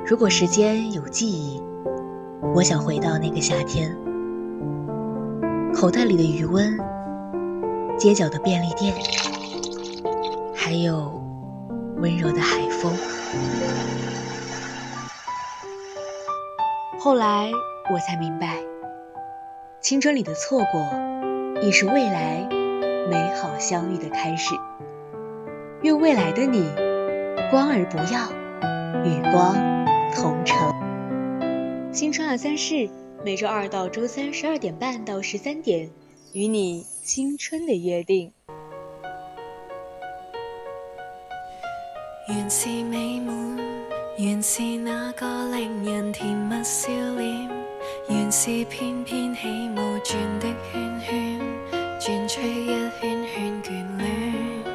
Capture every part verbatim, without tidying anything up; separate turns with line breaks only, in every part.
如果时间有记忆，我想回到那个夏天，口袋里的余温，街角的便利店，还有温柔的海风。后来我才明白，青春里的错过亦是未来美好相遇的开始。愿未来的你光而不要，与光同城。新春二三事，每周二到周三十二点半到十三点，与你青春的约定。
原是美滿，原是那個令人甜蜜笑臉，原是翩翩起舞轉的圈圈，轉出一圈圈眷戀。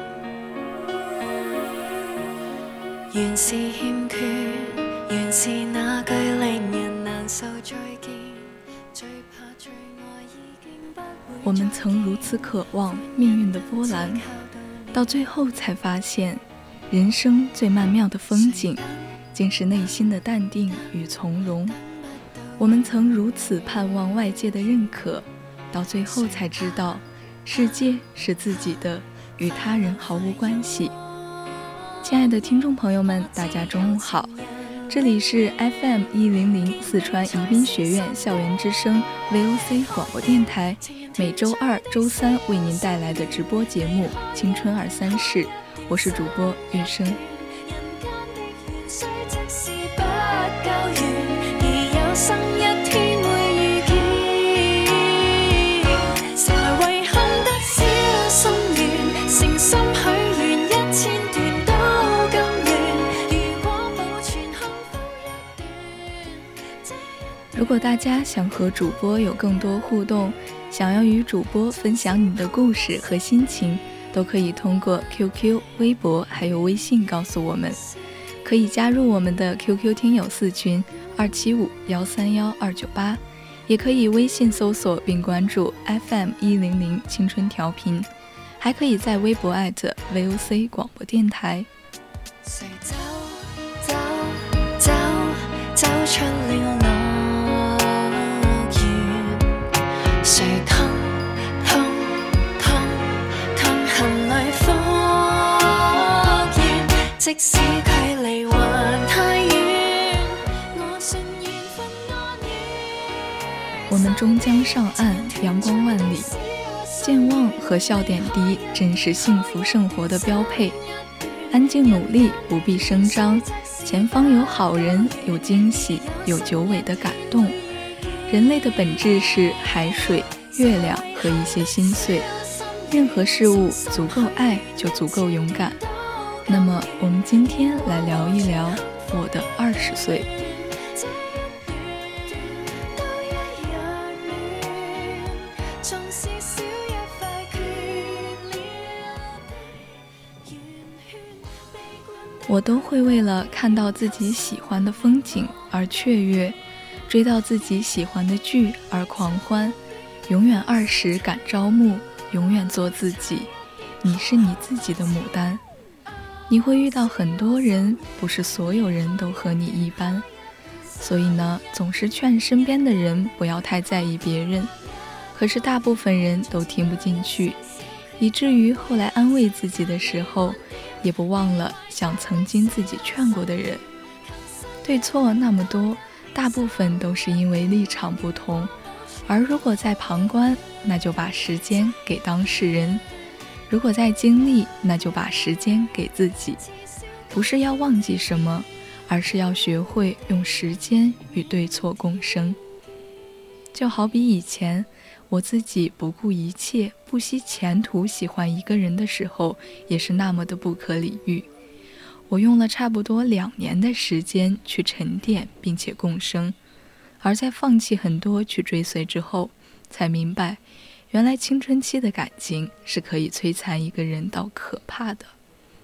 原是欠缺，原是那句令人難受再見，最怕最愛已經不會。
我們曾如此渴望命運的波瀾，到最後才發現，人生最曼妙的風景，竟是內心的淡定與從容。我們曾如此盼望外界的認可，到最後才知道，世界是自己的，與他人毫無關係。親愛的聽眾朋友們，大家中午好，這裡是 F M 一零零四川宜賓學院校園之聲 V O C 廣播電台，每周二、周三為您帶來的直播節目《青春二三事》，我是主播月生。如果大家想和主播有更多互动，想要与主播分享你的故事和心情，都可以通过 Q Q、微博还有微信告诉我们。可以加入我们的 Q Q 听友四群二七五幺三幺二九八，也可以微信搜索并关注 F M 一零零青春调频，还可以在微博艾特 V O C 广播电台。
誰走走走走出了誰痛痛痛痛恨裏復現，即使距離還太遠，我信緣分安遠。
我們終將上岸，陽光萬里，健忘和笑點滴真是幸福生活的標配。安靜努力，不必聲張，前方有好人，有驚喜，有久違的感動。人類的本質是海水、月亮和一些心碎，任何事物足夠愛就足夠勇敢。那麼我們今天來聊一聊我的二十歲。我都會為了看到自己喜歡的風景而雀躍，追到自己喜歡的劇而狂歡，永遠二十感朝暮，永遠做自己。你是你自己的牡丹。你會遇到很多人，不是所有人都和你一般，所以呢，總是勸身邊的人不要太在意別人，可是大部分人都聽不進去，以至於後來安慰自己的時候，也不忘了想曾經自己勸過的人。對錯那麼多，大部分都是因為立場不同，而如果在旁觀，那就把時間給當事人；如果在經歷，那就把時間給自己。不是要忘記什麼，而是要學會用時間與對錯共生。就好比以前，我自己不顧一切，不惜前途喜歡一個人的時候，也是那麼的不可理喻。我用了差不多兩年的時間去沉澱並且共生，而在放棄很多去追隨之後，才明白原來青春期的感情是可以摧殘一個人到可怕的。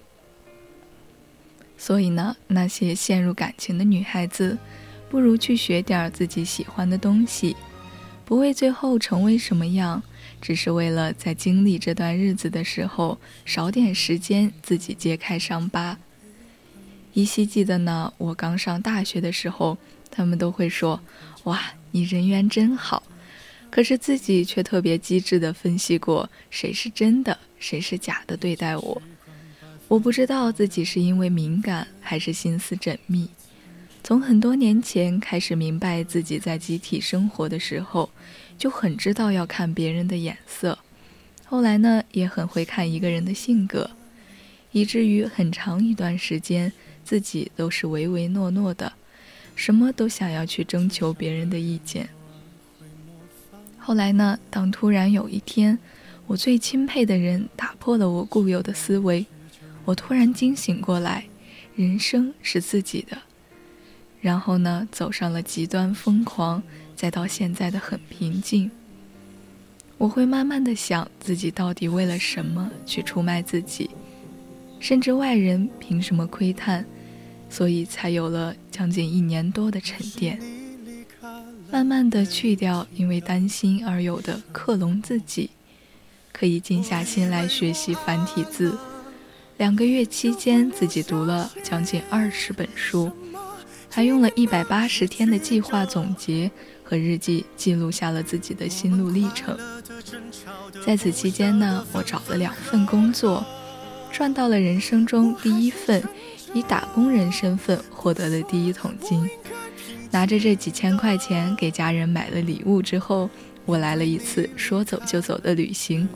所以呢，那些陷入感情的女孩子，不如去學點自己喜歡的東西，不為最後成為什麼樣，只是為了在經歷這段日子的時候，少點時間自己揭開傷疤。 依稀记得呢，我刚上大学的时候，他们都会说，哇，你人缘真好。可是自己却特别机智地分析过，谁是真的，谁是假的对待我。我不知道自己是因为敏感，还是心思缜密。从很多年前开始明白，自己在集体生活的时候，就很知道要看别人的眼色。后来呢，也很会看一个人的性格，以至于很长一段时间，自己都是唯唯诺诺的，什么都想要去征求别人的意见。后来呢，当突然有一天，我最钦佩的人打破了我固有的思维，我突然惊醒过来，人生是自己的。然后呢，走上了极端疯狂，再到现在的很平静。我会慢慢的想，自己到底为了什么去出卖自己，甚至外人凭什么窥探，所以才有了将近一年多的沉淀。慢慢的去掉因为担心而有的克隆自己，可以静下心来学习繁体字。两个月期间，自己读了将近二十本书，还用了一百八十天的计划总结和日记记录下了自己的心路历程。在此期间呢，我找了两份工作，赚到了人生中第一份以打工人身份获得的第一桶金。拿着这几千块钱给家人买了礼物之后，我来了一次说走就走的旅行。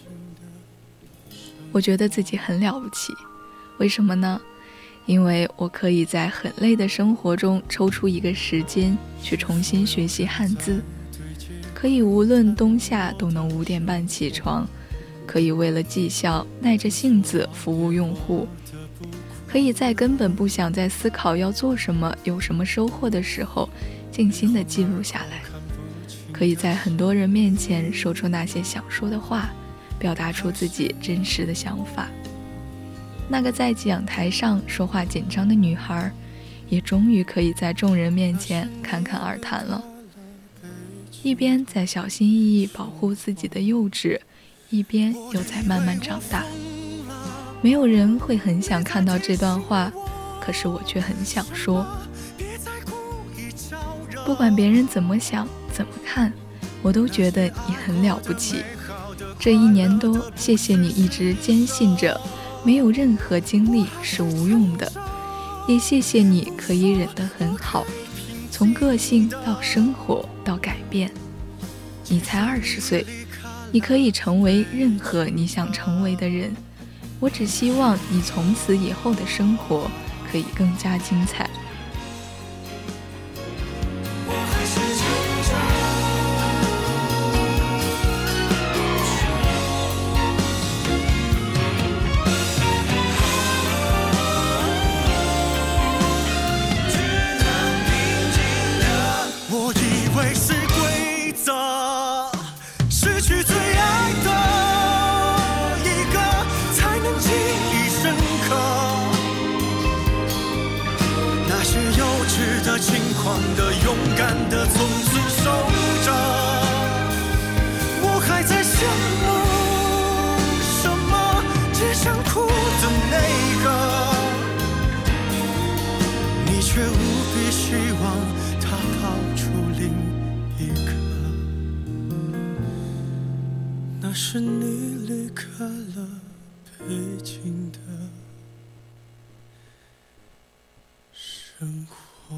我觉得自己很了不起，为什么呢？因为我可以在很累的生活中抽出一个时间去重新学习汉字，可以无论冬夏都能五点半起床，可以为了绩效耐着性子服务用户，可以在根本不想再思考要做什么有什么收获的时候静心地记录下来，可以在很多人面前说出那些想说的话，表达出自己真实的想法。那个在讲台上说话紧张的女孩，也终于可以在众人面前侃侃而谈了。一边在小心翼翼保护自己的幼稚，一边又在慢慢长大。没有人会很想看到这段话，可是我却很想说。不管别人怎么想怎么看，我都觉得你很了不起。这一年多，谢谢你一直坚信着没有任何经历是无用的，也谢谢你可以忍得很好，从个性到生活到改变。你才二十岁，你可以成为任何你想成为的人。我只希望你从此以后的生活可以更加精彩。
我以为是规则，失去最爱的一个才能记忆深刻，那些幼稚的、轻狂的、勇敢的，从此守着。我还在羡慕什么？只想哭的那个，你却无比希望他逃出另一刻。那是你离开了北京的生活。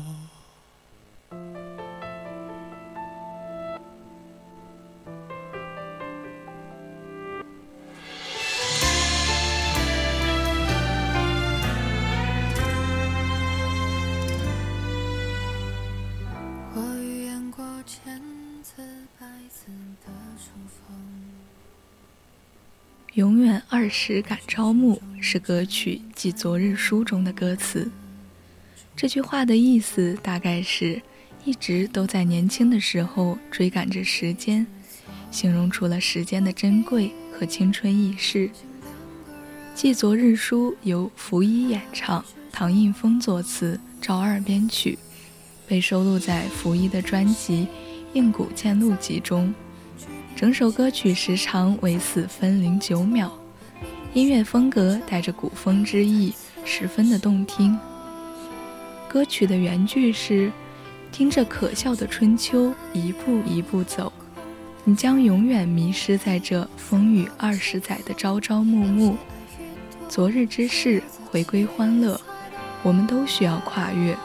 我预言过千字百字的重逢。
永远二十赶朝暮是歌曲《记昨日书》中的歌词。这句话的意思大概是一直都在年轻的时候追赶着时间，形容出了时间的珍贵和青春易逝。《记昨日书》由拂衣演唱，唐映枫作词，赵二编曲，被收录在拂衣的专辑《应古见录集》中。整首歌曲时长为四分零九秒，音乐风格带着古风之意，十分的动听。 歌曲的原句是：听着可笑的春秋，一步一步走，你将永远迷失在这风雨二十载的朝朝暮暮。昨日之事，回归欢乐，我们都需要跨越。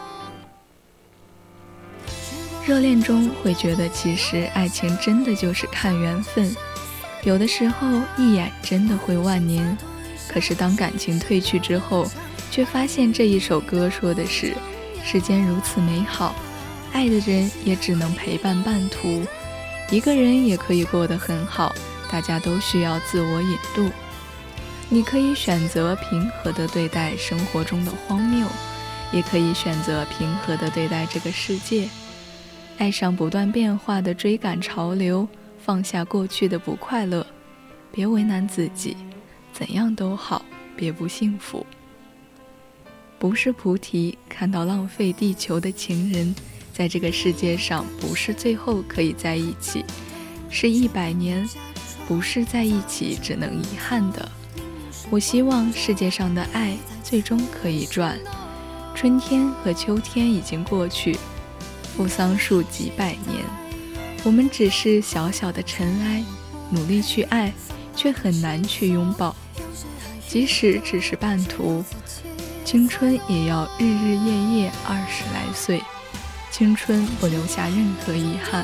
热恋中会觉得，其实爱情真的就是看缘分，有的时候一眼真的会万年。可是当感情褪去之后，却发现这一首歌说的是，世间如此美好，爱的人也只能陪伴半途，一个人也可以过得很好，大家都需要自我引渡。你可以选择平和地对待生活中的荒谬，也可以选择平和地对待这个世界。爱上不断变化的追赶潮流，放下过去的不快乐，别为难自己，怎样都好，别不幸福。不是菩提，看到浪费地球的情人，在这个世界上不是最后可以在一起，是一百年，不是在一起只能遗憾的。我希望世界上的爱最终可以转，春天和秋天已经过去，扶桑树几百年，我们只是小小的尘埃，努力去爱，却很难去拥抱。即使只是半途，青春也要日日夜夜二十来岁，青春不留下任何遗憾。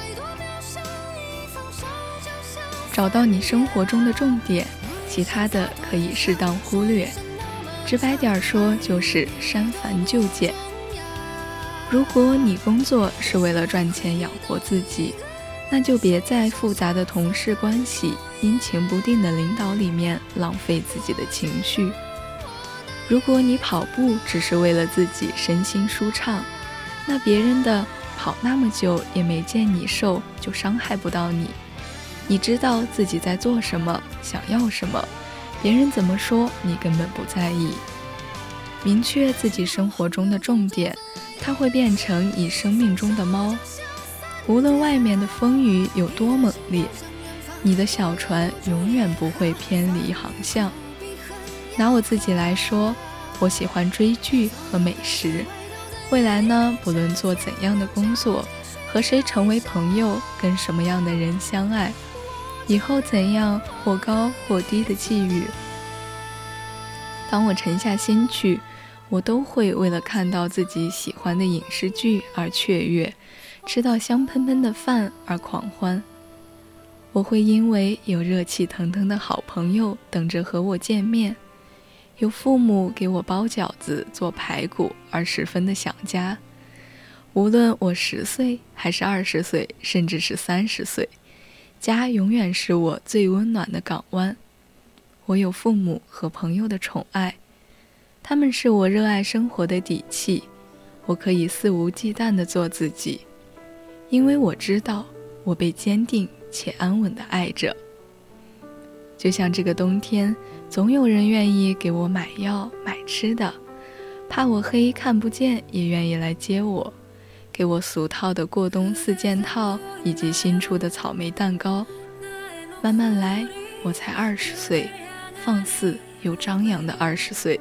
找到你生活中的重点，其他的可以适当忽略。直白点说，就是删繁就简。如果你工作是为了赚钱养活自己，那就别在复杂的同事关系、阴晴不定的领导里面浪费自己的情绪。如果你跑步只是为了自己身心舒畅，那别人的跑那么久也没见你瘦，就伤害不到你。你知道自己在做什么，想要什么，别人怎么说你根本不在意。明确自己生活中的重点，它会变成你生命中的猫。无论外面的风雨有多猛烈，你的小船永远不会偏离航向。拿我自己来说，我喜欢追剧和美食。未来呢，不论做怎样的工作，和谁成为朋友，跟什么样的人相爱，以后怎样或高或低的际遇，当我沉下心去，我都会为了看到自己喜欢的影视剧而雀跃，吃到香喷喷的饭而狂欢。我会因为有热气腾腾的好朋友等着和我见面，有父母给我包饺子做排骨而十分的想家。无论我十岁还是二十岁，甚至是三十岁，家永远是我最温暖的港湾。我有父母和朋友的宠爱，他们是我热爱生活的底气。我可以肆无忌惮地做自己，因为我知道我被坚定且安稳地爱着。就像这个冬天，总有人愿意给我买药买吃的，怕我黑看不见也愿意来接我，给我俗套的过冬四件套以及新出的草莓蛋糕。慢慢来，我才二十岁，放肆又张扬的二十岁。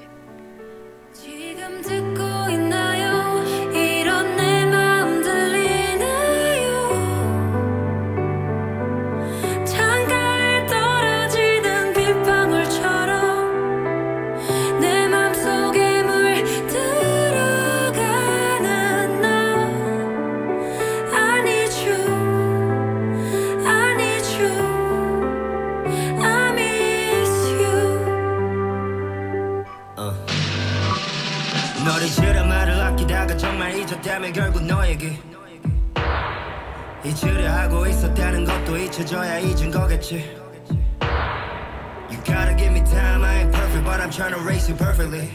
잊으려 하고 있었다는 것도 잊혀져야 잊은 거겠지. You gotta give me time, I ain't perfect but I'm trying to race you perfectly.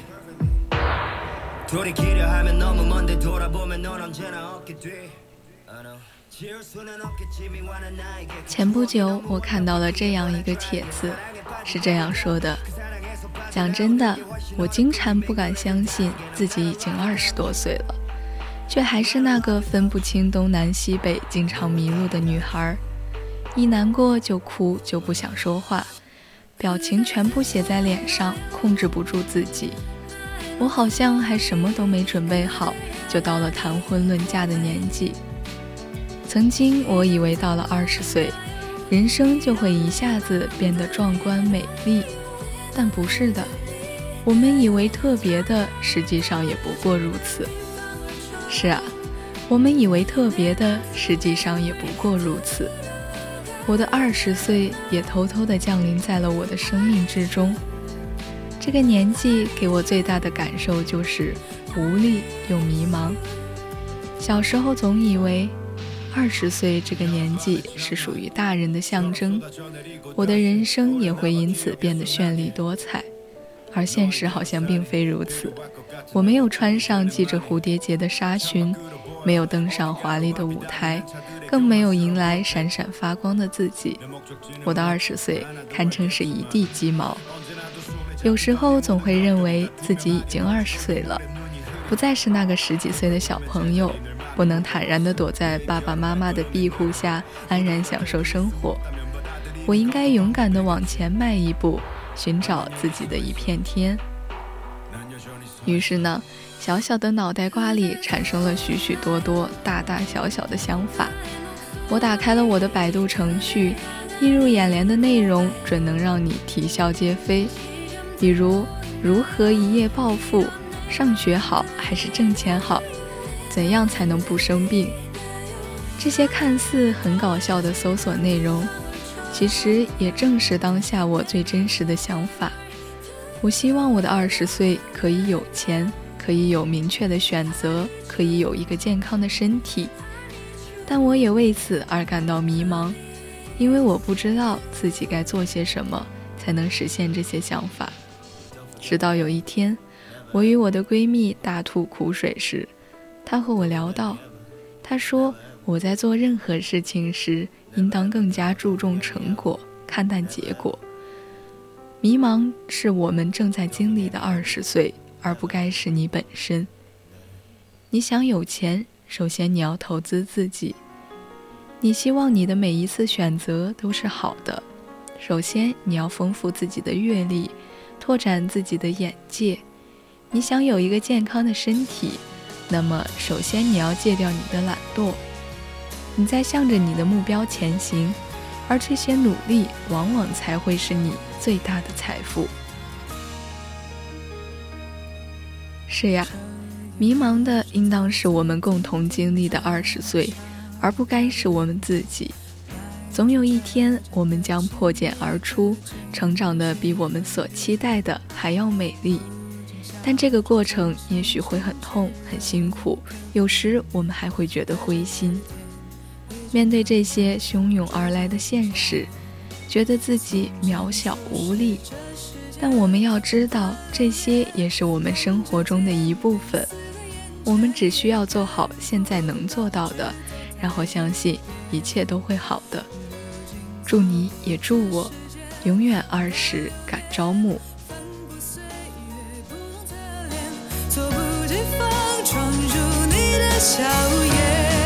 돌이키려 하면 너무 먼데 돌아보면 넌 언제나 어깨 뒤. I know.
前不久我看到了这样一个帖子，是这样说的：讲真的，我经常不敢相信自己已经二十多岁了，却还是那个分不清东南西北、经常迷路的女孩。一难过就哭，就不想说话，表情全部写在脸上，控制不住自己。 我好像还什么都没准备好，就到了谈婚论嫁的年纪。曾经我以为到了二十岁，人生就会一下子变得壮观美丽，但不是的，我们以为特别的，实际上也不过如此。是啊，我们以为特别的，实际上也不过如此。我的二十岁也偷偷地降临在了我的生命之中。这个年纪给我最大的感受就是无力又迷茫。小时候总以为二十岁这个年纪是属于大人的象征，我的人生也会因此变得绚丽多彩。而现实好像并非如此，我没有穿上系着蝴蝶结的纱裙，没有登上华丽的舞台，更没有迎来闪闪发光的自己。我的二十岁堪称是一地鸡毛。有时候总会认为自己已经二十岁了，不再是那个十几岁的小朋友，不能坦然地躲在爸爸妈妈的庇护下安然享受生活。我应该勇敢地往前迈一步，寻找自己的一片天。于是呢，小小的脑袋瓜里产生了许许多多大大小小的想法。我打开了我的百度程序，映入眼帘的内容准能让你啼笑皆非。比如如何一夜暴富，上学好还是挣钱好，怎样才能不生病。这些看似很搞笑的搜索内容，其实也正是当下我最真实的想法。我希望我的二十岁可以有钱，可以有明确的选择，可以有一个健康的身体。但我也为此而感到迷茫，因为我不知道自己该做些什么才能实现这些想法。直到有一天，我与我的闺蜜大吐苦水时，她和我聊到，她说我在做任何事情时应当更加注重成果，看淡结果。迷茫是我们正在经历的二十岁，而不该是你本身。你想有钱，首先你要投资自己。你希望你的每一次选择都是好的，首先你要丰富自己的阅历，拓展自己的眼界。你想有一个健康的身体，那么首先你要戒掉你的懒惰。你在向着你的目标前行，而这些努力往往才会是你最大的财富。是呀，迷茫的应当是我们共同经历的二十岁，而不该是我们自己。总有一天，我们将破茧而出，成长得比我们所期待的还要美丽。但这个过程也许会很痛很辛苦，有时我们还会觉得灰心。面对这些汹涌而来的现实，觉得自己渺小无力，但我们要知道，这些也是我们生活中的一部分。我们只需要做好现在能做到的，然后相信一切都会好的。祝你也祝我永远二十感朝暮。
笑颜，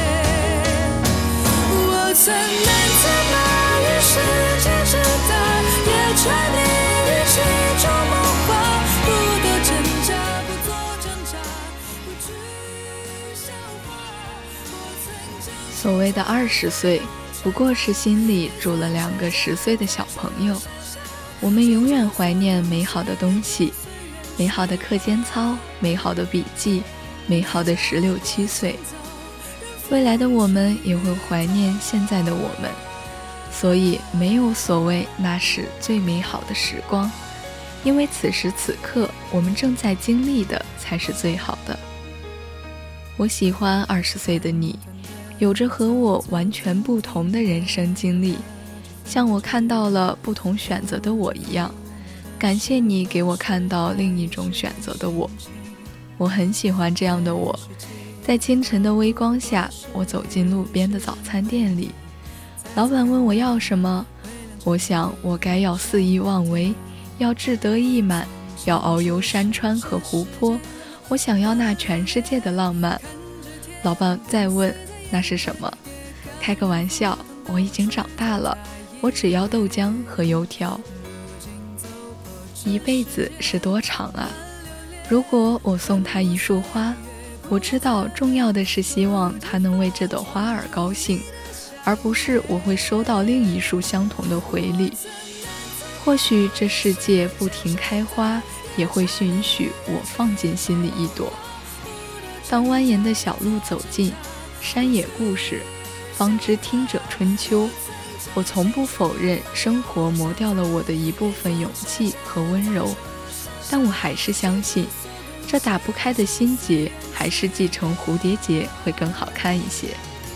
我曾难自拔于世界之大，也沉溺于其中梦话，不多挣扎，不做挣扎，不去消化。
所谓的二十岁，不过是心里住了两个十岁的小朋友。我们永远怀念美好的东西，美好的课间操，美好的笔记，美好的十六七岁。未来的我们也会怀念现在的我们，所以没有所谓那是最美好的时光，因为此时此刻我们正在经历的才是最好的。我喜欢二十岁的你，有着和我完全不同的人生经历，像我看到了不同选择的我一样。感谢你给我看到另一种选择的我。我很喜欢这样的我。在清晨的微光下，我走进路边的早餐店里，老板问我要什么，我想我该要肆意妄为，要志得意满，要遨游山川和湖泊，我想要那全世界的浪漫。老板再问那是什么，开个玩笑，我已经长大了，我只要豆浆和油条。一辈子是多长啊？ 如果我送他一束花，我知道重要的是希望他能为这朵花而高兴，而不是我会收到另一束相同的回礼。或许这世界不停开花，也会允许我放进心里一朵。当蜿蜒的小路走近，山野故事，方知听者春秋。我从不否认生活磨掉了我的一部分勇气和温柔，但我还是相信，这打不开的心结，还是系成蝴蝶结会更好看一些。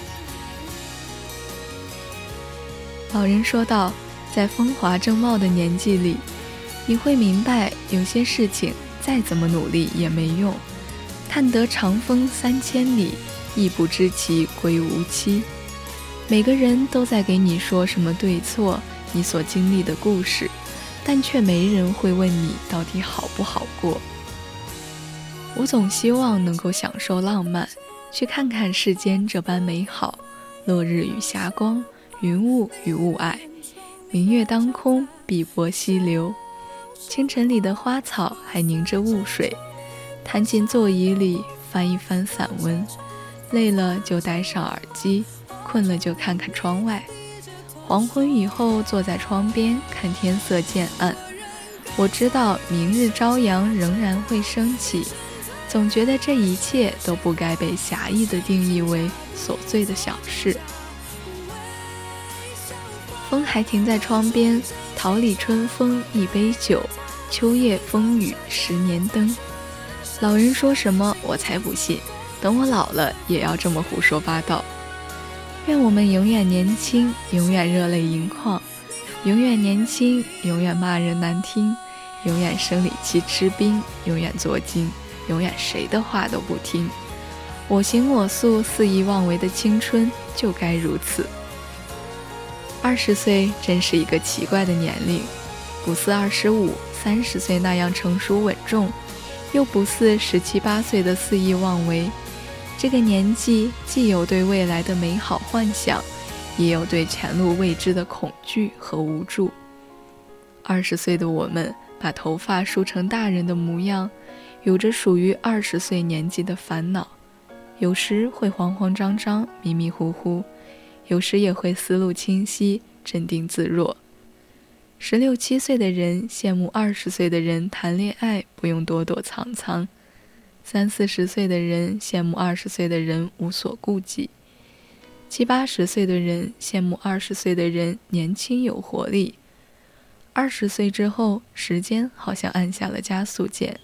老人说道，在风华正茂的年纪里，你会明白有些事情再怎么努力也没用，探得长风三千里，亦不知其归无期。每个人都在给你说什么对错，你所经历的故事，但却没人会问你到底好不好过。我总希望能够享受浪漫，去看看世间这般美好，落日与霞光，云雾与雾霭，明月当空，碧波溪流。清晨里的花草还凝着雾水，弹进座椅里翻一翻散文，累了就戴上耳机，困了就看看窗外。黄昏以后坐在窗边看天色渐暗，我知道明日朝阳仍然会升起，总觉得这一切都不该被狭义地定义为琐碎的小事。风还停在窗边，桃李春风一杯酒，秋夜风雨十年灯。老人说什么我才不信，等我老了也要这么胡说八道。愿我们永远年轻，永远热泪盈眶，永远年轻，永远骂人难听，永远生理期吃冰，永远作精，永远谁的话都不听。我行我素，肆意妄为的青春就该如此。二十岁真是一个奇怪的年龄，不似二十五、三十岁那样成熟稳重，又不似十七八岁的肆意妄为。这个年纪既有对未来的美好幻想，也有对前路未知的恐惧和无助。二十岁的我们把头发梳成大人的模样，有着属于二十岁年纪的烦恼，有时会慌慌张张、迷迷糊糊，有时也会思路清晰、镇定自若。十六七岁的人羡慕二十岁的人谈恋爱不用躲躲藏藏，三四十岁的人羡慕二十岁的人无所顾忌，七八十岁的人羡慕二十岁的人年轻有活力。二十岁之后，时间好像按下了加速键。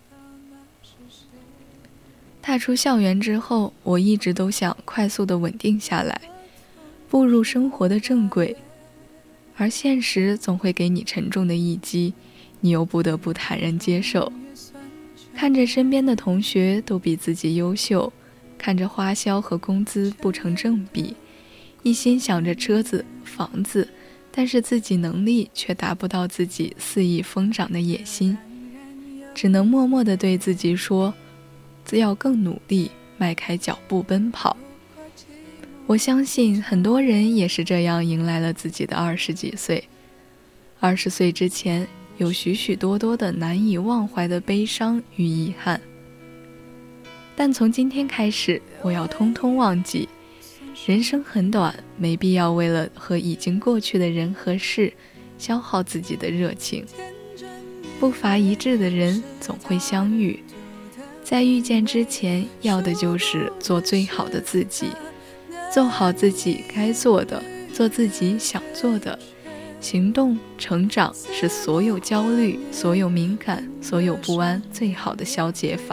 踏出校园之后，我一直都想快速地稳定下来，步入生活的正轨，而现实总会给你沉重的一击，你又不得不坦然接受。看着身边的同学都比自己优秀，看着花销和工资不成正比，一心想着车子、房子，但是自己能力却达不到自己肆意疯长的野心，只能默默地对自己说，只要更努力，迈开脚步奔跑。我相信很多人也是这样迎来了自己的二十几岁。二十岁之前，有许许多多的难以忘怀的悲伤与遗憾，但从今天开始，我要通通忘记。人生很短，没必要为了和已经过去的人和事消耗自己的热情。步伐一致的人总会相遇，在遇见之前，要的就是做最好的自己，做好自己该做的，做自己想做的。行动成长是所有焦虑、所有敏感、所有不安最好的消解法。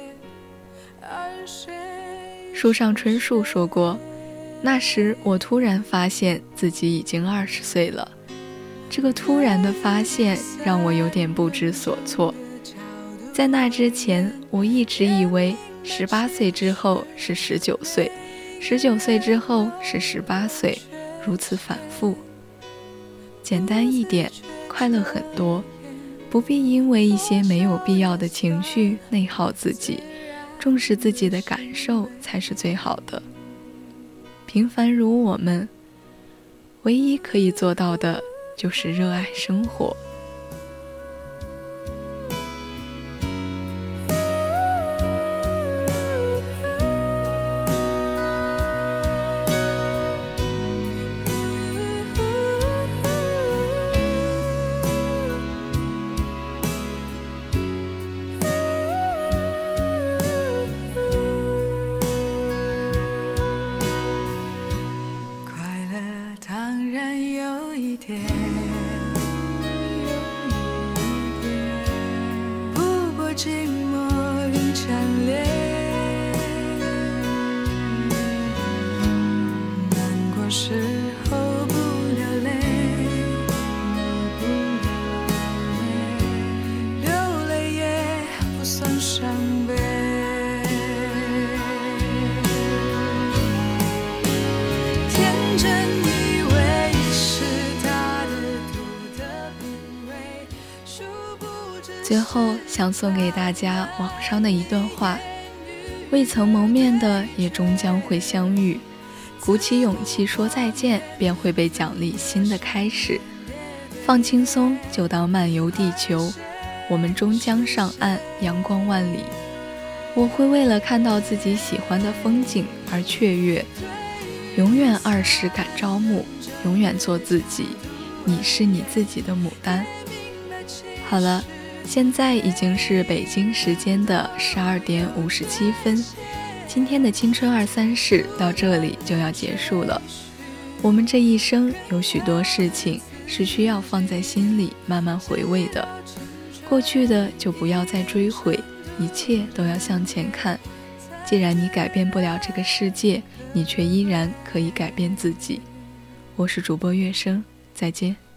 树上春树说过，那时我突然发现自己已经二十岁了。这个突然的发现让我有点不知所措。在那之前，我一直以为十八岁之后是十九岁，十九岁之后是十八岁，如此反复。简单一点，快乐很多，不必因为一些没有必要的情绪内耗自己，重视自己的感受才是最好的。平凡如我们，唯一可以做到的就是热爱生活。
相恋，难过时候不流泪，流泪也不算伤悲。天真以为是他的独特品味，殊不知
最后想送给大家网上的一段话：未曾谋面的也终将会相遇，鼓起勇气说再见，便会被奖励新的开始。放轻松，就当漫游地球，我们终将上岸，阳光万里。我会为了看到自己喜欢的风景而雀跃，永远二十感朝暮，永远做自己，你是你自己的牡丹。好了，现在已经是北京时间的十二点五十七分，今天的青春二三事到这里就要结束了。我们这一生有许多事情是需要放在心里慢慢回味的，过去的就不要再追悔，一切都要向前看。既然你改变不了这个世界，你却依然可以改变自己。我是主播月生，再见。